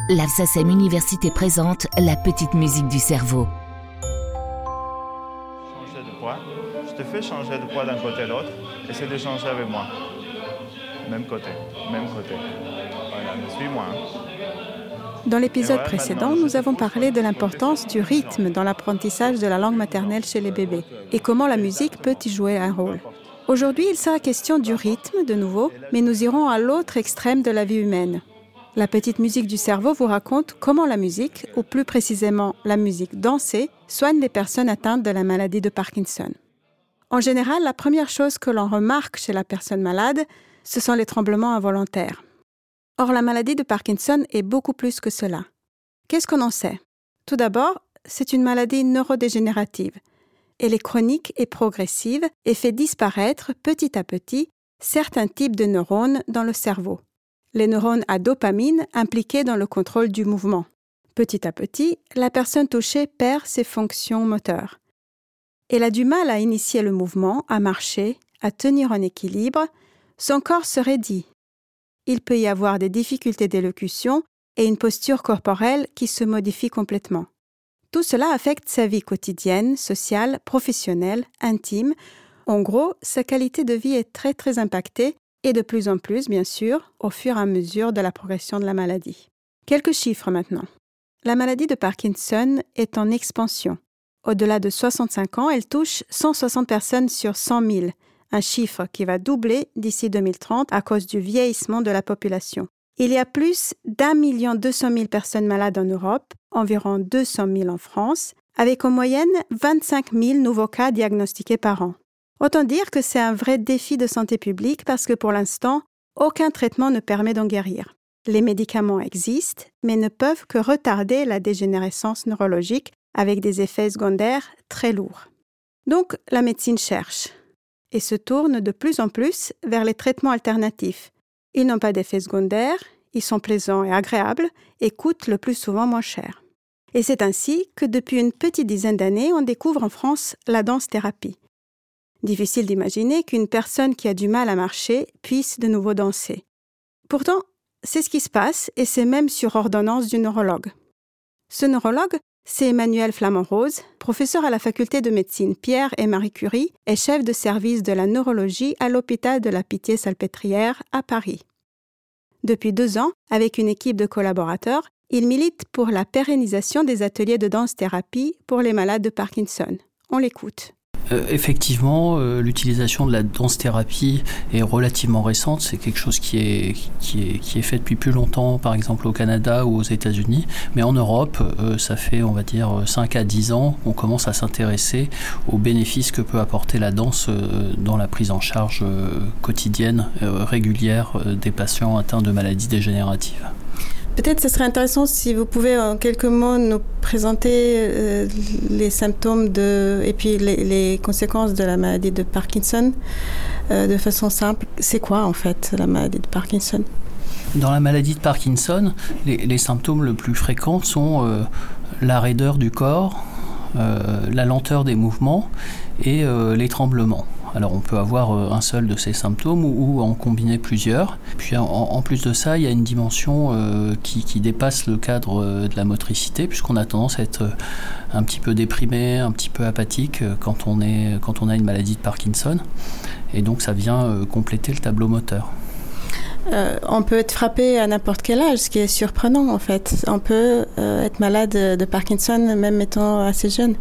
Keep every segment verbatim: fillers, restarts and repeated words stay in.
l'Alsacem Université présente la petite musique du cerveau. Changer de poids. Je te fais changer de poids d'un côté à l'autre. Essaie de changer avec moi. Même côté, même côté. Voilà, mais suis-moi. Dans l'épisode ouais, précédent, nous avons parlé de l'importance du rythme dans l'apprentissage de la langue maternelle chez les bébés et comment la musique peut y jouer un rôle. Aujourd'hui, il sera question du rythme, de nouveau, mais nous irons à l'autre extrême de la vie humaine. La petite musique du cerveau vous raconte comment la musique, ou plus précisément la musique dansée, soigne les personnes atteintes de la maladie de Parkinson. En général, la première chose que l'on remarque chez la personne malade, ce sont les tremblements involontaires. Or, la maladie de Parkinson est beaucoup plus que cela. Qu'est-ce qu'on en sait? Tout d'abord, c'est une maladie neurodégénérative. Elle est chronique et progressive et fait disparaître petit à petit certains types de neurones dans le cerveau. Les neurones à dopamine impliqués dans le contrôle du mouvement. Petit à petit, la personne touchée perd ses fonctions moteurs. Elle a du mal à initier le mouvement, à marcher, à tenir en équilibre. Son corps se raidit. Il peut y avoir des difficultés d'élocution et une posture corporelle qui se modifie complètement. Tout cela affecte sa vie quotidienne, sociale, professionnelle, intime. En gros, sa qualité de vie est très très impactée et de plus en plus, bien sûr, au fur et à mesure de la progression de la maladie. Quelques chiffres maintenant. La maladie de Parkinson est en expansion. Au-delà de soixante-cinq ans, elle touche cent soixante personnes sur cent mille, un chiffre qui va doubler d'ici deux mille trente à cause du vieillissement de la population. Il y a plus d'un million deux cent mille personnes malades en Europe, environ deux cent mille en France, avec en moyenne vingt-cinq mille nouveaux cas diagnostiqués par an. Autant dire que c'est un vrai défi de santé publique parce que pour l'instant, aucun traitement ne permet d'en guérir. Les médicaments existent, mais ne peuvent que retarder la dégénérescence neurologique avec des effets secondaires très lourds. Donc, la médecine cherche et se tourne de plus en plus vers les traitements alternatifs. Ils n'ont pas d'effets secondaires, ils sont plaisants et agréables et coûtent le plus souvent moins cher. Et c'est ainsi que depuis une petite dizaine d'années, on découvre en France la danse-thérapie. Difficile d'imaginer qu'une personne qui a du mal à marcher puisse de nouveau danser. Pourtant, c'est ce qui se passe et c'est même sur ordonnance du neurologue. Ce neurologue, c'est Emmanuel Flamand-Rose, professeur à la faculté de médecine Pierre et Marie Curie et chef de service de la neurologie à l'hôpital de la Pitié-Salpêtrière à Paris. Depuis deux ans, avec une équipe de collaborateurs, il milite pour la pérennisation des ateliers de danse-thérapie pour les malades de Parkinson. On l'écoute. Euh, effectivement, euh, l'utilisation de la danse-thérapie est relativement récente. C'est quelque chose qui est, qui, est, qui est fait depuis plus longtemps, par exemple au Canada ou aux États-Unis. Mais en Europe, euh, ça fait, on va dire, cinq à dix ans qu'on commence à s'intéresser aux bénéfices que peut apporter la danse euh, dans la prise en charge euh, quotidienne, euh, régulière euh, des patients atteints de maladies dégénératives. Peut-être ce serait intéressant si vous pouvez en quelques mots nous présenter euh, les symptômes de, et puis les, les conséquences de la maladie de Parkinson euh, de façon simple. C'est quoi en fait la maladie de Parkinson? Dans la maladie de Parkinson, les, les symptômes les plus fréquents sont euh, la raideur du corps, euh, la lenteur des mouvements et euh, les tremblements. Alors on peut avoir un seul de ces symptômes ou, ou en combiner plusieurs. Puis en, en plus de ça, il y a une dimension euh, qui, qui dépasse le cadre euh, de la motricité, puisqu'on a tendance à être un petit peu déprimé, un petit peu apathique quand on, est, quand on a une maladie de Parkinson. Et donc ça vient euh, compléter le tableau moteur. Euh, on peut être frappé à n'importe quel âge, ce qui est surprenant en fait. On peut euh, être malade de Parkinson même étant assez jeune.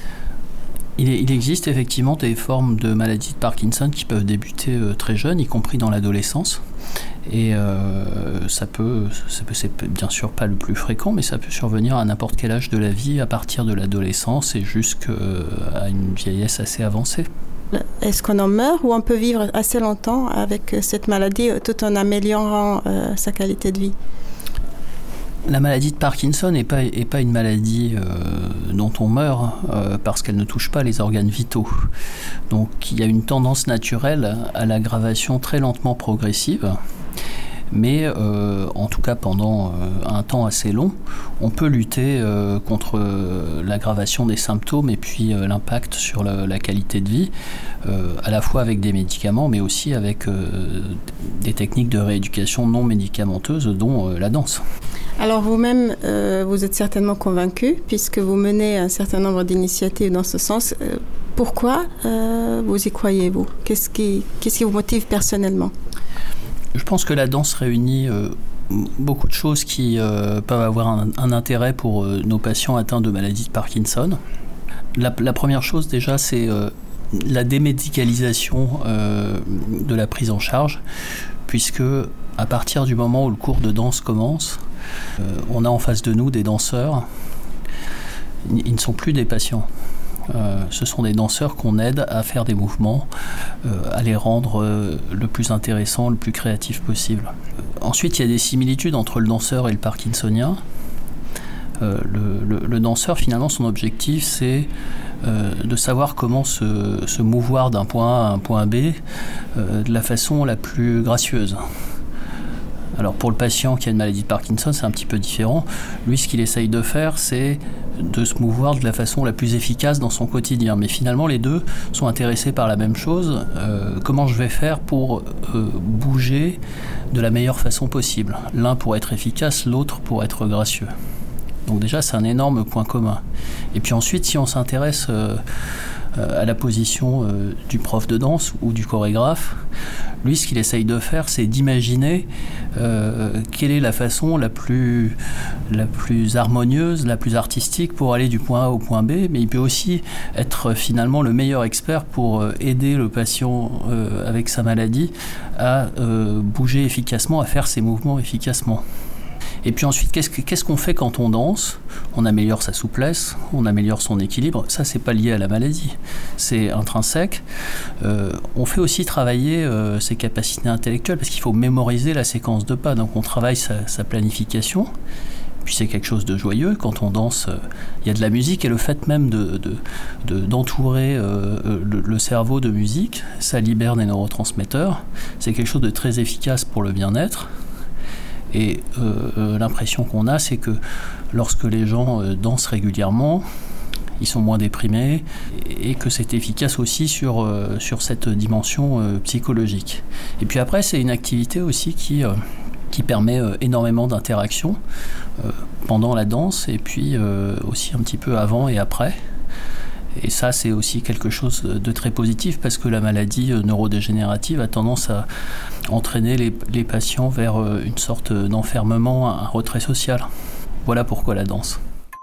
Il, est, il existe effectivement des formes de maladie de Parkinson qui peuvent débuter euh, très jeunes, y compris dans l'adolescence. Et euh, ça peut, ça peut, c'est bien sûr pas le plus fréquent, mais ça peut survenir à n'importe quel âge de la vie, à partir de l'adolescence et jusqu'à une vieillesse assez avancée. Est-ce qu'on en meurt ou on peut vivre assez longtemps avec cette maladie tout en améliorant euh, sa qualité de vie ? La maladie de Parkinson n'est pas, est pas une maladie euh, dont on meurt euh, parce qu'elle ne touche pas les organes vitaux. Donc il y a une tendance naturelle à l'aggravation très lentement progressive. Mais euh, en tout cas pendant euh, un temps assez long, on peut lutter euh, contre euh, l'aggravation des symptômes et puis euh, l'impact sur la, la qualité de vie, euh, à la fois avec des médicaments, mais aussi avec euh, des techniques de rééducation non médicamenteuses, dont euh, la danse. Alors vous-même, euh, vous êtes certainement convaincu, puisque vous menez un certain nombre d'initiatives dans ce sens. Euh, pourquoi euh, vous y croyez, vous ? Qu'est-ce qui, qu'est-ce qui vous motive personnellement ? Je pense que la danse réunit euh, beaucoup de choses qui euh, peuvent avoir un, un intérêt pour euh, nos patients atteints de maladie de Parkinson. La, la première chose déjà, c'est euh, la démédicalisation euh, de la prise en charge, puisque à partir du moment où le cours de danse commence, euh, on a en face de nous des danseurs. Ils ne sont plus des patients. Euh, ce sont des danseurs qu'on aide à faire des mouvements, euh, à les rendre euh, le plus intéressant, le plus créatif possible. Euh, ensuite, il y a des similitudes entre le danseur et le parkinsonien. Euh, le, le, le danseur, finalement, son objectif, c'est euh, de savoir comment se, se mouvoir d'un point A à un point B euh, de la façon la plus gracieuse. Alors pour le patient qui a une maladie de Parkinson, c'est un petit peu différent. Lui, ce qu'il essaye de faire, c'est de se mouvoir de la façon la plus efficace dans son quotidien. Mais finalement, les deux sont intéressés par la même chose. Euh, comment je vais faire pour euh, bouger de la meilleure façon possible ? L'un pour être efficace, l'autre pour être gracieux. Donc déjà, c'est un énorme point commun. Et puis ensuite, si on s'intéresse euh, à la position euh, du prof de danse ou du chorégraphe, lui, ce qu'il essaye de faire, c'est d'imaginer euh, quelle est la façon la plus, la plus harmonieuse, la plus artistique pour aller du point A au point B, mais il peut aussi être finalement le meilleur expert pour euh, aider le patient euh, avec sa maladie à euh, bouger efficacement, à faire ses mouvements efficacement. Et puis ensuite, qu'est-ce, que, qu'est-ce qu'on fait quand on danse ? On améliore sa souplesse, on améliore son équilibre. Ça, c'est pas lié à la maladie, c'est intrinsèque. Euh, on fait aussi travailler euh, ses capacités intellectuelles parce qu'il faut mémoriser la séquence de pas. Donc on travaille sa, sa planification. Puis c'est quelque chose de joyeux. Quand on danse, il euh, y a de la musique et le fait même de, de, de, d'entourer euh, le, le cerveau de musique, ça libère des neurotransmetteurs. C'est quelque chose de très efficace pour le bien-être. Et euh, l'impression qu'on a, c'est que lorsque les gens euh, dansent régulièrement, ils sont moins déprimés et que c'est efficace aussi sur, euh, sur cette dimension euh, psychologique. Et puis après, c'est une activité aussi qui, euh, qui permet euh, énormément d'interactions euh, pendant la danse et puis euh, aussi un petit peu avant et après. Et ça, c'est aussi quelque chose de très positif parce que la maladie neurodégénérative a tendance à entraîner les, les patients vers une sorte d'enfermement, un retrait social. Voilà pourquoi la danse.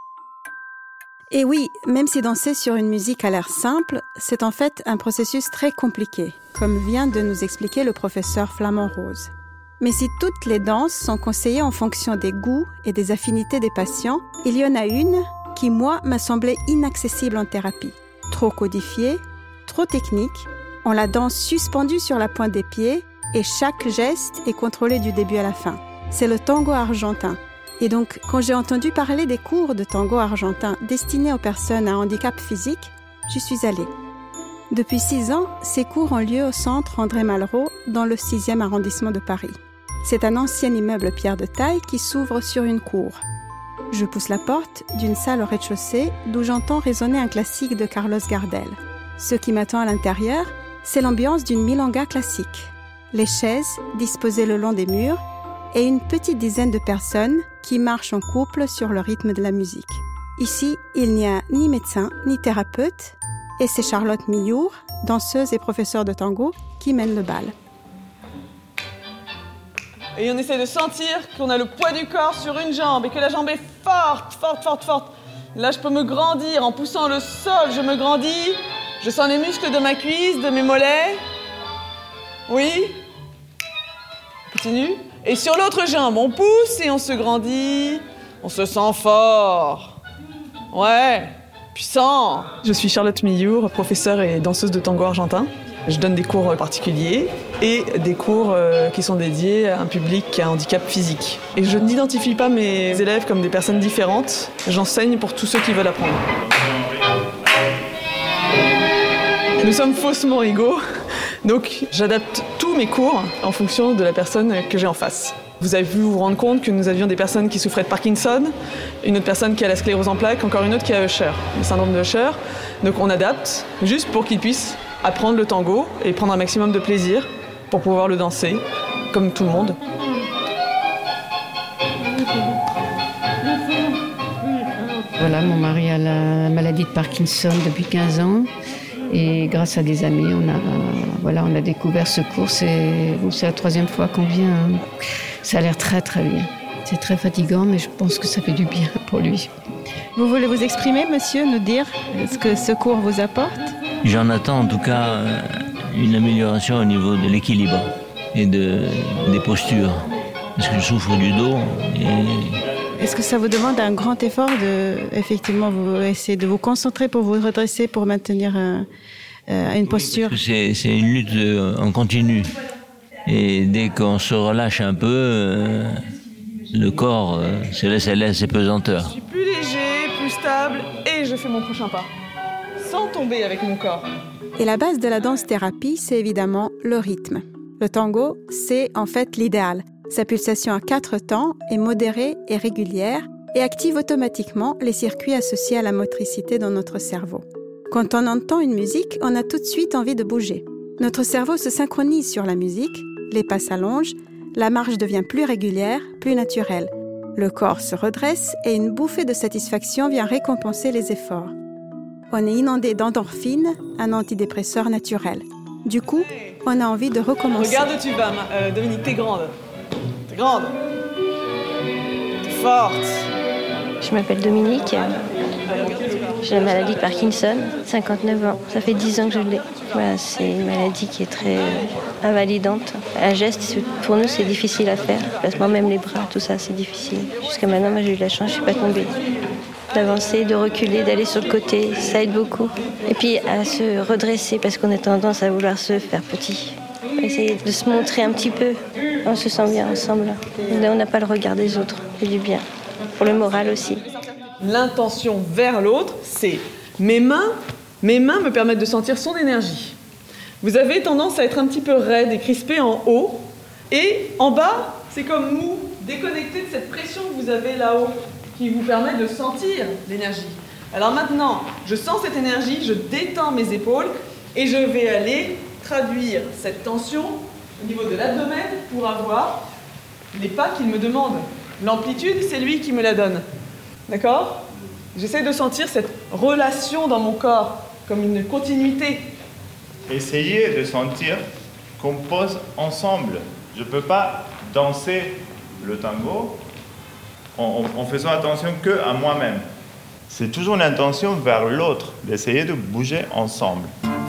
Et oui, même si danser sur une musique a l'air simple, c'est en fait un processus très compliqué, comme vient de nous expliquer le professeur Flamand Rose. Mais si toutes les danses sont conseillées en fonction des goûts et des affinités des patients, il y en a une qui, moi, m'a semblé inaccessible en thérapie. Trop codifiée, trop technique, on la danse suspendue sur la pointe des pieds et chaque geste est contrôlé du début à la fin. C'est le tango argentin. Et donc, quand j'ai entendu parler des cours de tango argentin destinés aux personnes à handicap physique, j'y suis allée. Depuis six ans, ces cours ont lieu au centre André Malraux, dans le sixième arrondissement de Paris. C'est un ancien immeuble pierre de taille qui s'ouvre sur une cour. Je pousse la porte d'une salle au rez-de-chaussée d'où j'entends résonner un classique de Carlos Gardel. Ce qui m'attend à l'intérieur, c'est l'ambiance d'une milonga classique. Les chaises disposées le long des murs et une petite dizaine de personnes qui marchent en couple sur le rythme de la musique. Ici, il n'y a ni médecin ni thérapeute et c'est Charlotte Millour, danseuse et professeure de tango, qui mène le bal. Et on essaie de sentir qu'on a le poids du corps sur une jambe et que la jambe est forte, forte, forte, forte. Là, je peux me grandir. En poussant le sol, je me grandis. Je sens les muscles de ma cuisse, de mes mollets. Oui. On continue. Et sur l'autre jambe, on pousse et on se grandit. On se sent fort. Ouais, puissant. Je suis Charlotte Millour, professeure et danseuse de tango argentin. Je donne des cours particuliers et des cours euh, qui sont dédiés à un public qui a un handicap physique. Et je n'identifie pas mes élèves comme des personnes différentes. J'enseigne pour tous ceux qui veulent apprendre. Nous sommes faussement égaux, donc j'adapte tous mes cours en fonction de la personne que j'ai en face. Vous avez pu vous rendre compte que nous avions des personnes qui souffraient de Parkinson, une autre personne qui a la sclérose en plaques, encore une autre qui a Usher, le syndrome de Usher. Donc on adapte juste pour qu'ils puissent apprendre le tango et prendre un maximum de plaisir pour pouvoir le danser, comme tout le monde. Voilà, mon mari a la maladie de Parkinson depuis quinze ans. Et grâce à des amis, on a, voilà, on a découvert ce cours. C'est, c'est la troisième fois qu'on vient. Ça a l'air très très bien. C'est très fatigant, mais je pense que ça fait du bien pour lui. Vous voulez vous exprimer, monsieur, nous dire ce que ce cours vous apporte? J'en attends en tout cas une amélioration au niveau de l'équilibre et de, des postures. Parce que je souffre du dos. Et... Est-ce que ça vous demande un grand effort de, effectivement, vous essayer de vous concentrer pour vous redresser, pour maintenir un, euh, une posture? Oui, c'est, c'est une lutte en continu. Et dès qu'on se relâche un peu, euh, le corps euh, se laisse aller à ses pesanteurs. Je suis plus léger, plus stable, et je fais mon prochain pas, sans tomber avec mon corps. Et la base de la danse-thérapie, c'est évidemment le rythme. Le tango, c'est en fait l'idéal. Sa pulsation à quatre temps est modérée et régulière et active automatiquement les circuits associés à la motricité dans notre cerveau. Quand on entend une musique, on a tout de suite envie de bouger. Notre cerveau se synchronise sur la musique, les pas s'allongent, la marche devient plus régulière, plus naturelle. Le corps se redresse et une bouffée de satisfaction vient récompenser les efforts. On est inondé d'endorphines, un antidépresseur naturel. Du coup, on a envie de recommencer. Regarde où tu vas, euh, Dominique, t'es grande. T'es grande. T'es forte. Je m'appelle Dominique. J'ai la maladie de Parkinson, cinquante-neuf ans. Ça fait dix ans que je l'ai. Voilà, c'est une maladie qui est très invalidante. Un geste, pour nous, c'est difficile à faire. Placement, même les bras, tout ça, c'est difficile. Jusqu'à maintenant, moi, j'ai eu de la chance, je ne suis pas tombée. D'avancer, de reculer, d'aller sur le côté, ça aide beaucoup. Et puis à se redresser, parce qu'on a tendance à vouloir se faire petit. Essayer de se montrer un petit peu. On se sent bien ensemble. Là, on n'a pas le regard des autres. C'est du bien. Pour le moral aussi. L'intention vers l'autre, c'est mes mains, mes mains me permettent de sentir son énergie. Vous avez tendance à être un petit peu raide et crispé en haut. Et en bas, c'est comme mou, déconnecté de cette pression que vous avez là-haut, qui vous permet de sentir l'énergie. Alors maintenant, je sens cette énergie, je détends mes épaules et je vais aller traduire cette tension au niveau de l'abdomen pour avoir les pas qu'il me demande. L'amplitude, c'est lui qui me la donne. D'accord ? J'essaie de sentir cette relation dans mon corps comme une continuité. Essayez de sentir qu'on pose ensemble. Je ne peux pas danser le tango en, en, en faisant attention qu'à moi-même. C'est toujours l'intention vers l'autre, d'essayer de bouger ensemble.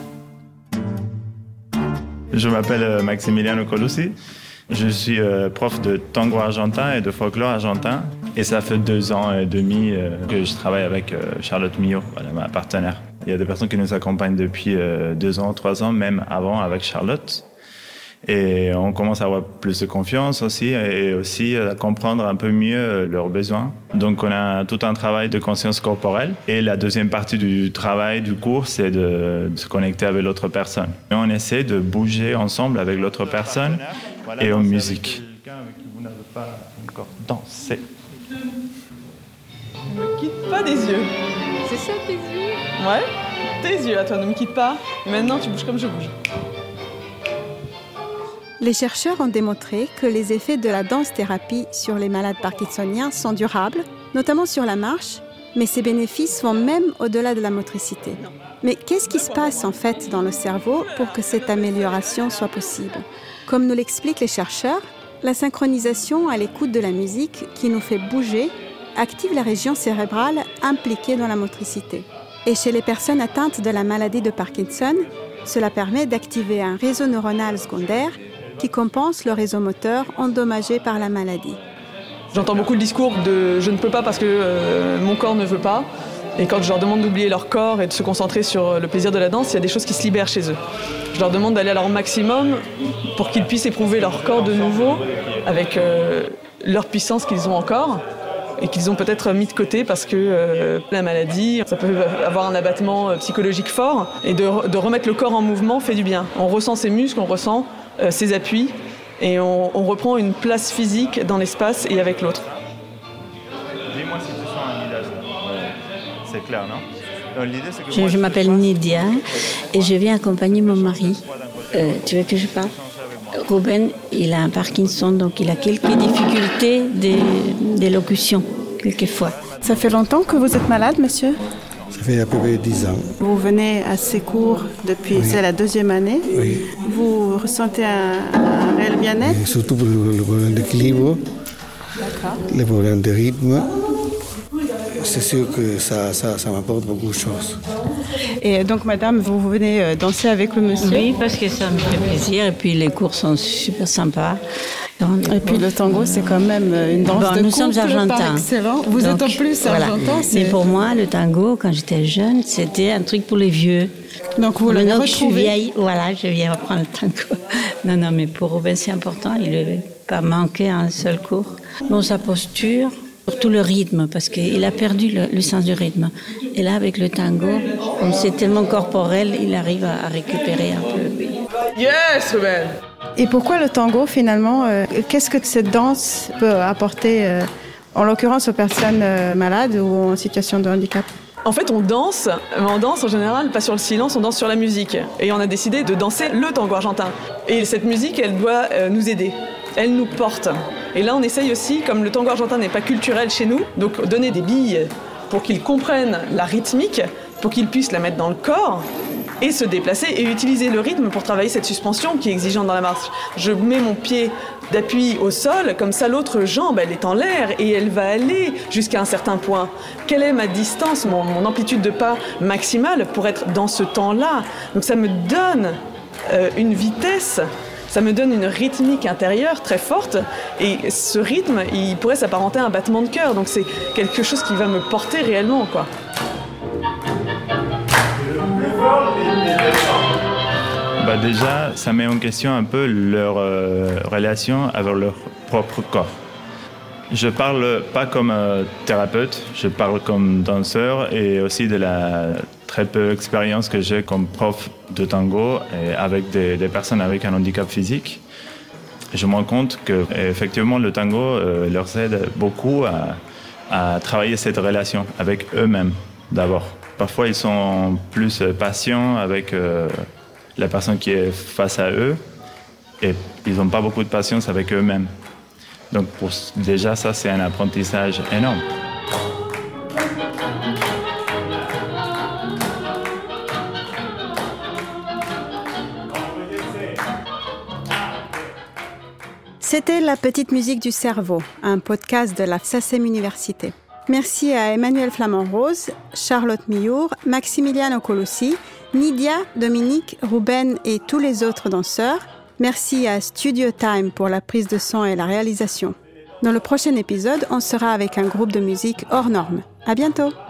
Je m'appelle Maximiliano Colucci. Je suis euh, prof de tango argentin et de folklore argentin. Et ça fait deux ans et demi euh, que je travaille avec euh, Charlotte Millot, voilà, ma partenaire. Il y a des personnes qui nous accompagnent depuis euh, deux ans, trois ans, même avant avec Charlotte. Et on commence à avoir plus de confiance aussi et aussi à comprendre un peu mieux leurs besoins. Donc on a tout un travail de conscience corporelle. Et la deuxième partie du travail du cours, c'est de, de se connecter avec l'autre personne. Et on essaie de bouger ensemble avec l'autre personne et en musique. Quelqu'un avec qui vous n'avez pas encore dansé. Ne me quitte pas des yeux. C'est ça tes yeux? Ouais, tes yeux à toi, ne me quitte pas. Et maintenant tu bouges comme je bouge. Les chercheurs ont démontré que les effets de la danse-thérapie sur les malades parkinsoniens sont durables, notamment sur la marche, mais ces bénéfices vont même au-delà de la motricité. Mais qu'est-ce qui se passe en fait dans le cerveau pour que cette amélioration soit possible? Comme nous l'expliquent les chercheurs, la synchronisation à l'écoute de la musique qui nous fait bouger active la région cérébrale impliquée dans la motricité. Et chez les personnes atteintes de la maladie de Parkinson, cela permet d'activer un réseau neuronal secondaire qui compense le réseau moteur endommagé par la maladie. J'entends beaucoup le discours de « je ne peux pas parce que euh, mon corps ne veut pas ». Et quand je leur demande d'oublier leur corps et de se concentrer sur le plaisir de la danse, il y a des choses qui se libèrent chez eux. Je leur demande d'aller à leur maximum pour qu'ils puissent éprouver leur corps de nouveau avec euh, leur puissance qu'ils ont encore et qu'ils ont peut-être mis de côté parce que euh, la maladie, ça peut avoir un abattement psychologique fort. Et de, de remettre le corps en mouvement fait du bien. On ressent ses muscles, on ressent euh, ses appuis et on, on reprend une place physique dans l'espace et avec l'autre. Dis-moi si tu sens un guidage là. C'est clair, non? Donc, l'idée, c'est que je moi, je m'appelle Nidia et je viens accompagner mon mari. Euh, tu veux que je parle? Ruben, il a un Parkinson, donc il a quelques difficultés d'élocution, quelquefois. Ça fait longtemps que vous êtes malade, monsieur? Ça fait à peu près dix ans. Vous venez à ces cours depuis, oui. C'est la deuxième année. Oui. Vous ressentez un, un réel bien-être? Et surtout pour le, le problème d'équilibre, le problème de rythme. C'est sûr que ça, ça, ça m'apporte beaucoup de choses. Et donc, madame, vous venez danser avec le monsieur? Oui, parce que ça me fait plaisir. Et puis, les cours sont super sympas. Donc, et puis, le tango, c'est quand même une danse bon, de nous couple sommes argentins. Excellent. Vous donc, êtes en plus voilà. argentin. C'est... Mais pour moi, le tango, quand j'étais jeune, c'était un truc pour les vieux. Donc, vous l'avez retrouvé? Je suis vieille, voilà, je viens reprendre le tango. Non, non, mais pour Ruben, c'est important. Il ne devait pas manquer un seul cours. Bon, sa posture... Surtout le rythme, parce qu'il a perdu le, le sens du rythme. Et là, avec le tango, comme c'est tellement corporel, il arrive à, à récupérer un peu. Yes, Ruben! Et pourquoi le tango, finalement? euh, Qu'est-ce que cette danse peut apporter, euh, en l'occurrence, aux personnes euh, malades ou en situation de handicap? En fait, on danse, on danse en général, pas sur le silence, on danse sur la musique. Et on a décidé de danser le tango argentin. Et cette musique, elle doit euh, nous aider. Elle nous porte. Et là, on essaye aussi, comme le tango argentin n'est pas culturel chez nous, donc donner des billes pour qu'ils comprennent la rythmique, pour qu'ils puissent la mettre dans le corps et se déplacer et utiliser le rythme pour travailler cette suspension qui est exigeante dans la marche. Je mets mon pied d'appui au sol, comme ça l'autre jambe, elle est en l'air et elle va aller jusqu'à un certain point. Quelle est ma distance, mon, mon amplitude de pas maximale pour être dans ce temps-là? Donc ça me donne euh, une vitesse. Ça me donne une rythmique intérieure très forte et ce rythme, il pourrait s'apparenter à un battement de cœur. Donc c'est quelque chose qui va me porter réellement, quoi. Bah déjà, ça met en question un peu leur euh, relation avec leur propre corps. Je parle pas comme euh, thérapeute, je parle comme danseur et aussi de la très peu d'expérience que j'ai comme prof de tango et avec des, des personnes avec un handicap physique. Je me rends compte que effectivement le tango euh, leur aide beaucoup à, à travailler cette relation avec eux-mêmes d'abord. Parfois ils sont plus patients avec euh, la personne qui est face à eux et ils n'ont pas beaucoup de patience avec eux-mêmes. Donc pour, déjà ça c'est un apprentissage énorme. C'était La Petite Musique du Cerveau, un podcast de la SACEM Université. Merci à Emmanuel Flamand-Rose, Charlotte Milliour, Maximiliano Colossi, Nidia, Dominique, Ruben et tous les autres danseurs. Merci à Studio Time pour la prise de son et la réalisation. Dans le prochain épisode, on sera avec un groupe de musique hors norme. À bientôt!